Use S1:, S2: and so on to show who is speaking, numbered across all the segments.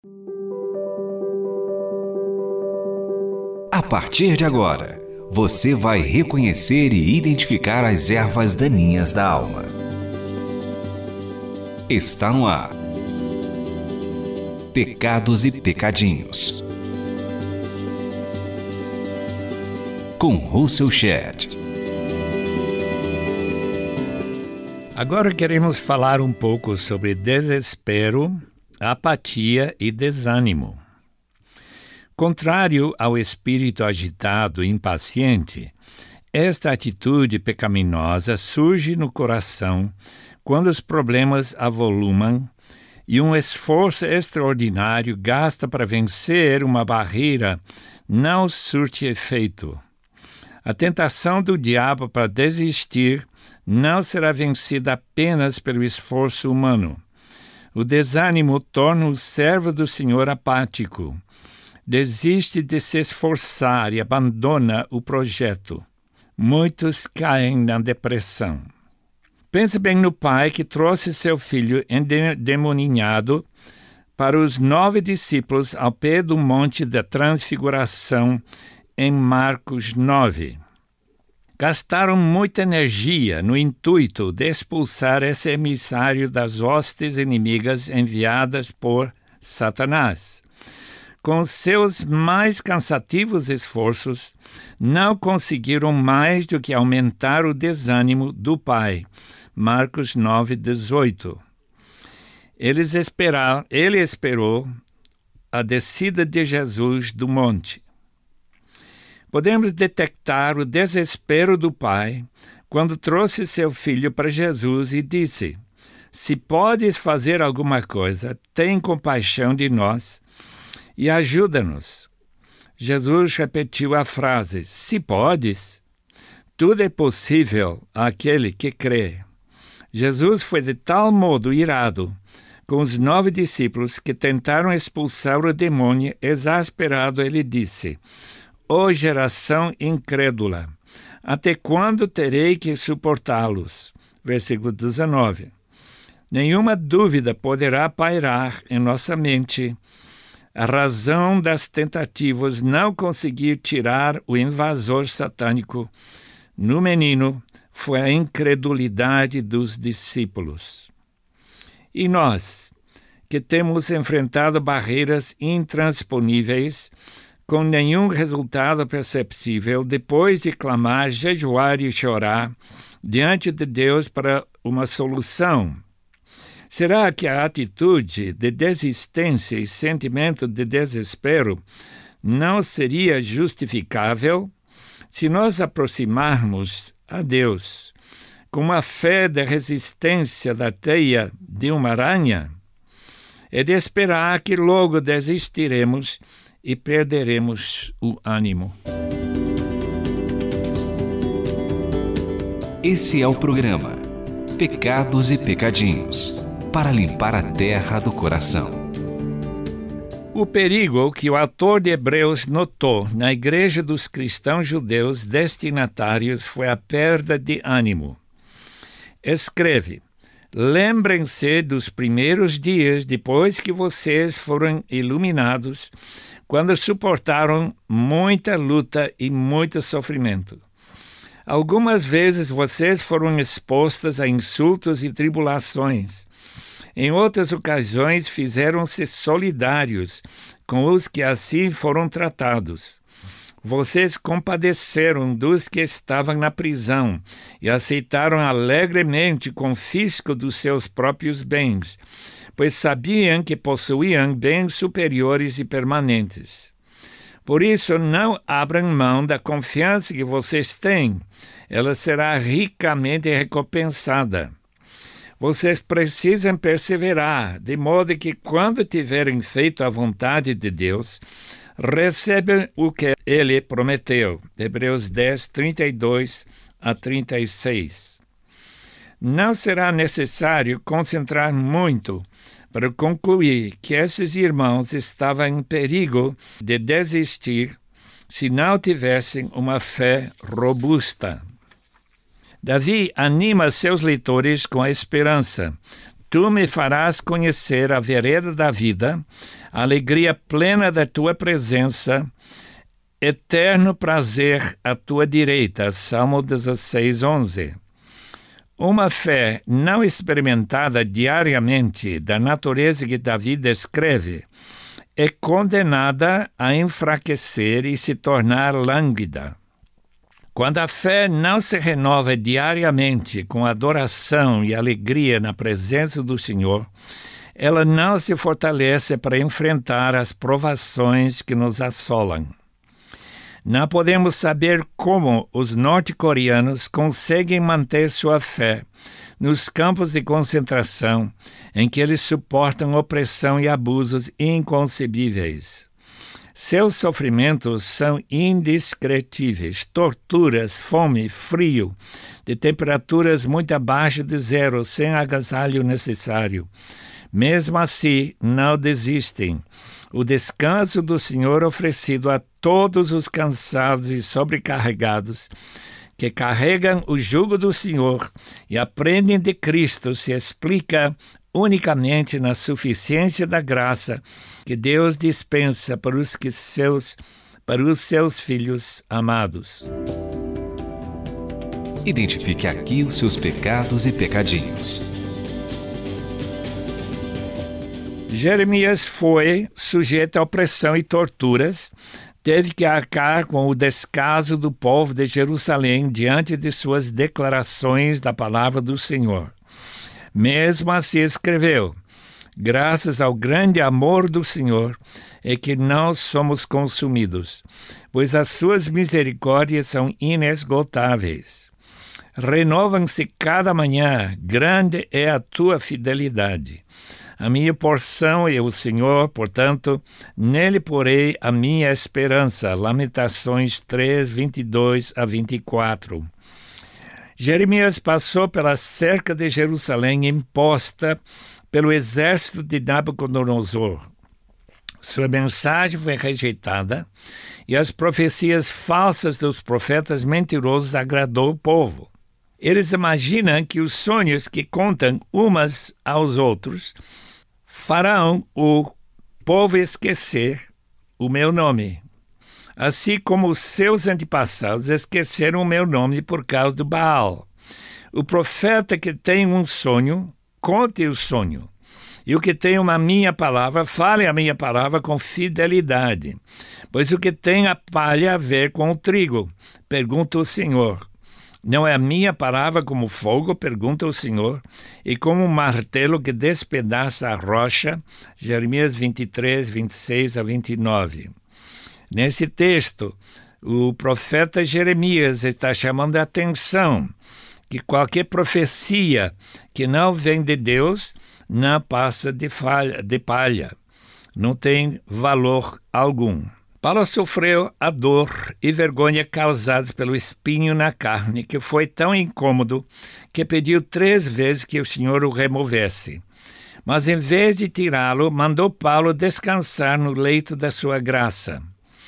S1: A partir de agora, você vai reconhecer e identificar as ervas daninhas da alma. Está no ar. Pecados e Pecadinhos. Com Russell Shedd.
S2: Agora queremos falar um pouco sobre desespero, apatia e desânimo. Contrário ao espírito agitado e impaciente, esta atitude pecaminosa surge no coração quando os problemas avolumam e um esforço extraordinário gasta para vencer uma barreira não surte efeito. A tentação do diabo para desistir não será vencida apenas pelo esforço humano. O desânimo torna o servo do Senhor apático. Desiste de se esforçar e abandona o projeto. Muitos caem na depressão. Pense bem no pai que trouxe seu filho endemoninhado para os 9 discípulos ao pé do Monte da Transfiguração em Marcos 9. Gastaram muita energia no intuito de expulsar esse emissário das hostes inimigas enviadas por Satanás. Com seus mais cansativos esforços, não conseguiram mais do que aumentar o desânimo do pai. Marcos 9:18. Ele esperou a descida de Jesus do monte. Podemos detectar o desespero do pai quando trouxe seu filho para Jesus e disse: "Se podes fazer alguma coisa, tem compaixão de nós e ajuda-nos." Jesus repetiu a frase: "Se podes, tudo é possível àquele que crê." Jesus foi de tal modo irado com os 9 discípulos que tentaram expulsar o demônio. Exasperado, ele disse: "Ó geração incrédula, até quando terei que suportá-los?" Versículo 19. Nenhuma dúvida poderá pairar em nossa mente a razão das tentativas não conseguir tirar o invasor satânico no menino foi a incredulidade dos discípulos. E nós, que temos enfrentado barreiras intransponíveis, com nenhum resultado perceptível, depois de clamar, jejuar e chorar diante de Deus para uma solução, será que a atitude de desistência e sentimento de desespero não seria justificável se nós aproximarmos a Deus com uma fé de resistência da teia de uma aranha? É de esperar que logo desistiremos e perderemos o ânimo.
S1: Esse é o programa Pecados e Pecadinhos, para limpar a terra do coração.
S2: O perigo que o autor de Hebreus notou na igreja dos cristãos judeus destinatários foi a perda de ânimo. Escreve: "Lembrem-se dos primeiros dias depois que vocês foram iluminados, quando suportaram muita luta e muito sofrimento. Algumas vezes vocês foram expostas a insultos e tribulações. Em outras ocasiões fizeram-se solidários com os que assim foram tratados. Vocês compadeceram dos que estavam na prisão e aceitaram alegremente o confisco dos seus próprios bens, pois sabiam que possuíam bens superiores e permanentes. Por isso, não abram mão da confiança que vocês têm. Ela será ricamente recompensada. Vocês precisam perseverar, de modo que, quando tiverem feito a vontade de Deus, recebam o que Ele prometeu." Hebreus 10, 32 a 36. Não será necessário concentrar muito para concluir que esses irmãos estavam em perigo de desistir se não tivessem uma fé robusta. Davi anima seus leitores com a esperança: Tu me farás conhecer a vereda da vida, a alegria plena da tua presença, eterno prazer à tua direita. Salmo 16:11. Uma fé não experimentada diariamente, da natureza que Davi descreve, é condenada a enfraquecer e se tornar lânguida. Quando a fé não se renova diariamente com adoração e alegria na presença do Senhor, ela não se fortalece para enfrentar as provações que nos assolam. Não podemos saber como os norte-coreanos conseguem manter sua fé nos campos de concentração em que eles suportam opressão e abusos inconcebíveis. Seus sofrimentos são indescritíveis: torturas, fome, frio, de temperaturas muito abaixo de zero, sem agasalho necessário. Mesmo assim, não desistem. O descanso do Senhor oferecido a todos os cansados e sobrecarregados, que carregam o jugo do Senhor e aprendem de Cristo, se explica unicamente na suficiência da graça que Deus dispensa para os seus filhos amados.
S1: Identifique aqui os seus pecados e pecadinhos.
S2: Jeremias foi sujeito a opressão e torturas, teve que arcar com o descaso do povo de Jerusalém diante de suas declarações da palavra do Senhor. Mesmo assim escreveu: graças ao grande amor do Senhor é que não somos consumidos, pois as suas misericórdias são inesgotáveis. Renovam-se cada manhã, grande é a tua fidelidade. A minha porção é o Senhor, portanto, nele porei a minha esperança. Lamentações 3, 22-24. Jeremias passou pela cerca de Jerusalém imposta pelo exército de Nabucodonosor. Sua mensagem foi rejeitada e as profecias falsas dos profetas mentirosos agradou o povo. Eles imaginam que os sonhos que contam umas aos outros farão o povo esquecer o meu nome, assim como os seus antepassados esqueceram o meu nome por causa do Baal. O profeta que tem um sonho, conte o sonho. E o que tem uma minha palavra, fale a minha palavra com fidelidade. Pois o que tem a palha a ver com o trigo? Pergunta o Senhor. Não é a minha palavra como fogo? Pergunta o Senhor. E como um martelo que despedaça a rocha? Jeremias 23, 26-29. Nesse texto, o profeta Jeremias está chamando a atenção que qualquer profecia que não vem de Deus não passa de palha, não tem valor algum. Paulo sofreu a dor e vergonha causadas pelo espinho na carne, que foi tão incômodo que pediu 3 vezes que o Senhor o removesse. Mas em vez de tirá-lo, mandou Paulo descansar no leito da sua graça.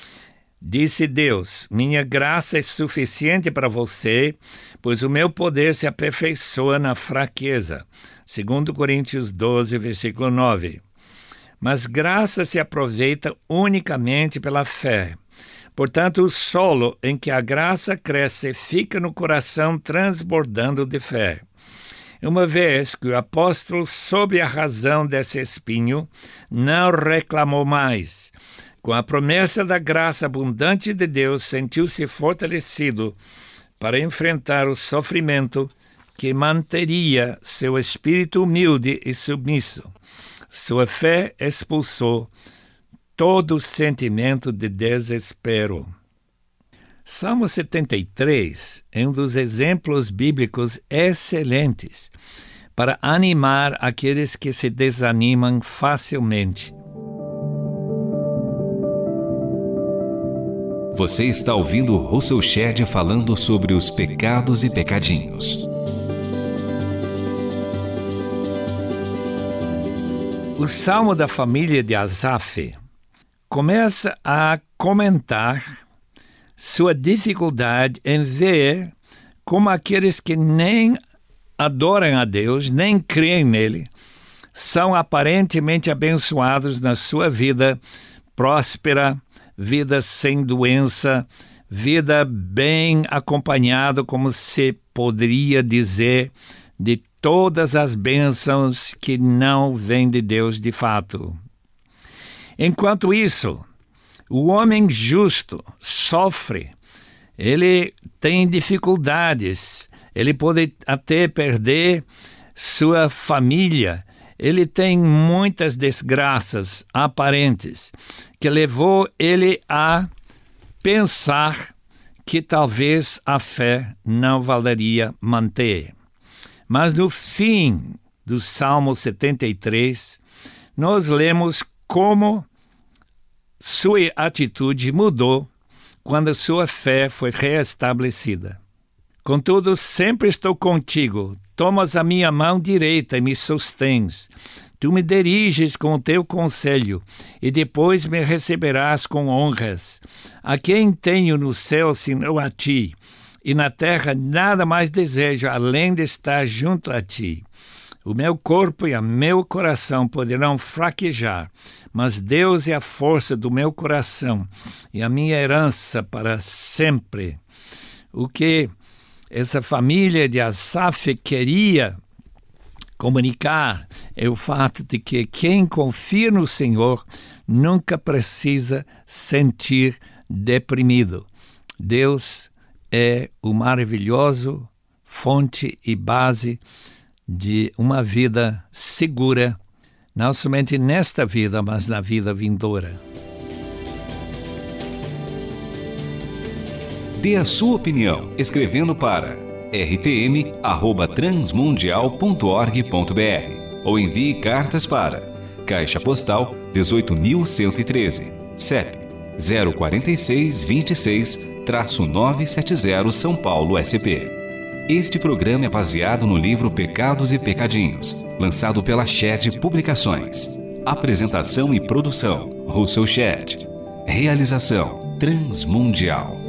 S2: Disse Deus: minha graça é suficiente para você, pois o meu poder se aperfeiçoa na fraqueza. 2 Coríntios 12, versículo 9. Mas graça se aproveita unicamente pela fé. Portanto, o solo em que a graça cresce fica no coração transbordando de fé. Uma vez que o apóstolo, sob a razão desse espinho, não reclamou mais, com a promessa da graça abundante de Deus, sentiu-se fortalecido para enfrentar o sofrimento que manteria seu espírito humilde e submisso. Sua fé expulsou todo sentimento de desespero. Salmo 73 é um dos exemplos bíblicos excelentes para animar aqueles que se desanimam facilmente.
S1: Você está ouvindo Russell Shedd falando sobre os pecados e pecadinhos.
S2: O Salmo da família de Asaf começa a comentar sua dificuldade em ver como aqueles que nem adoram a Deus, nem creem nele, são aparentemente abençoados na sua vida próspera, vida sem doença, vida bem acompanhada, como se poderia dizer, de todas as bênçãos que não vêm de Deus de fato. Enquanto isso, o homem justo sofre, ele tem dificuldades, ele pode até perder sua família, ele tem muitas desgraças aparentes, que levou ele a pensar que talvez a fé não valeria manter. Mas no fim do Salmo 73, nós lemos como sua atitude mudou quando sua fé foi reestabelecida. Contudo, sempre estou contigo, tomas a minha mão direita e me sustens. Tu me diriges com o teu conselho, e depois me receberás com honras. A quem tenho no céu senão a ti, e na terra nada mais desejo além de estar junto a ti. O meu corpo e o meu coração poderão fraquejar, mas Deus é a força do meu coração e a minha herança para sempre. O que essa família de Asaf queria comunicar é o fato de que quem confia no Senhor nunca precisa sentir deprimido. Deus é o maravilhoso fonte e base de uma vida segura, não somente nesta vida, mas na vida vindoura.
S1: Dê a sua opinião escrevendo para rtm@transmundial.org.br ou envie cartas para Caixa Postal 18.113, CEP 04626-970 São Paulo, SP. Este programa é baseado no livro Pecados e Pecadinhos, lançado pela Shed Publicações. Apresentação e produção, Russell Shed. Realização Transmundial.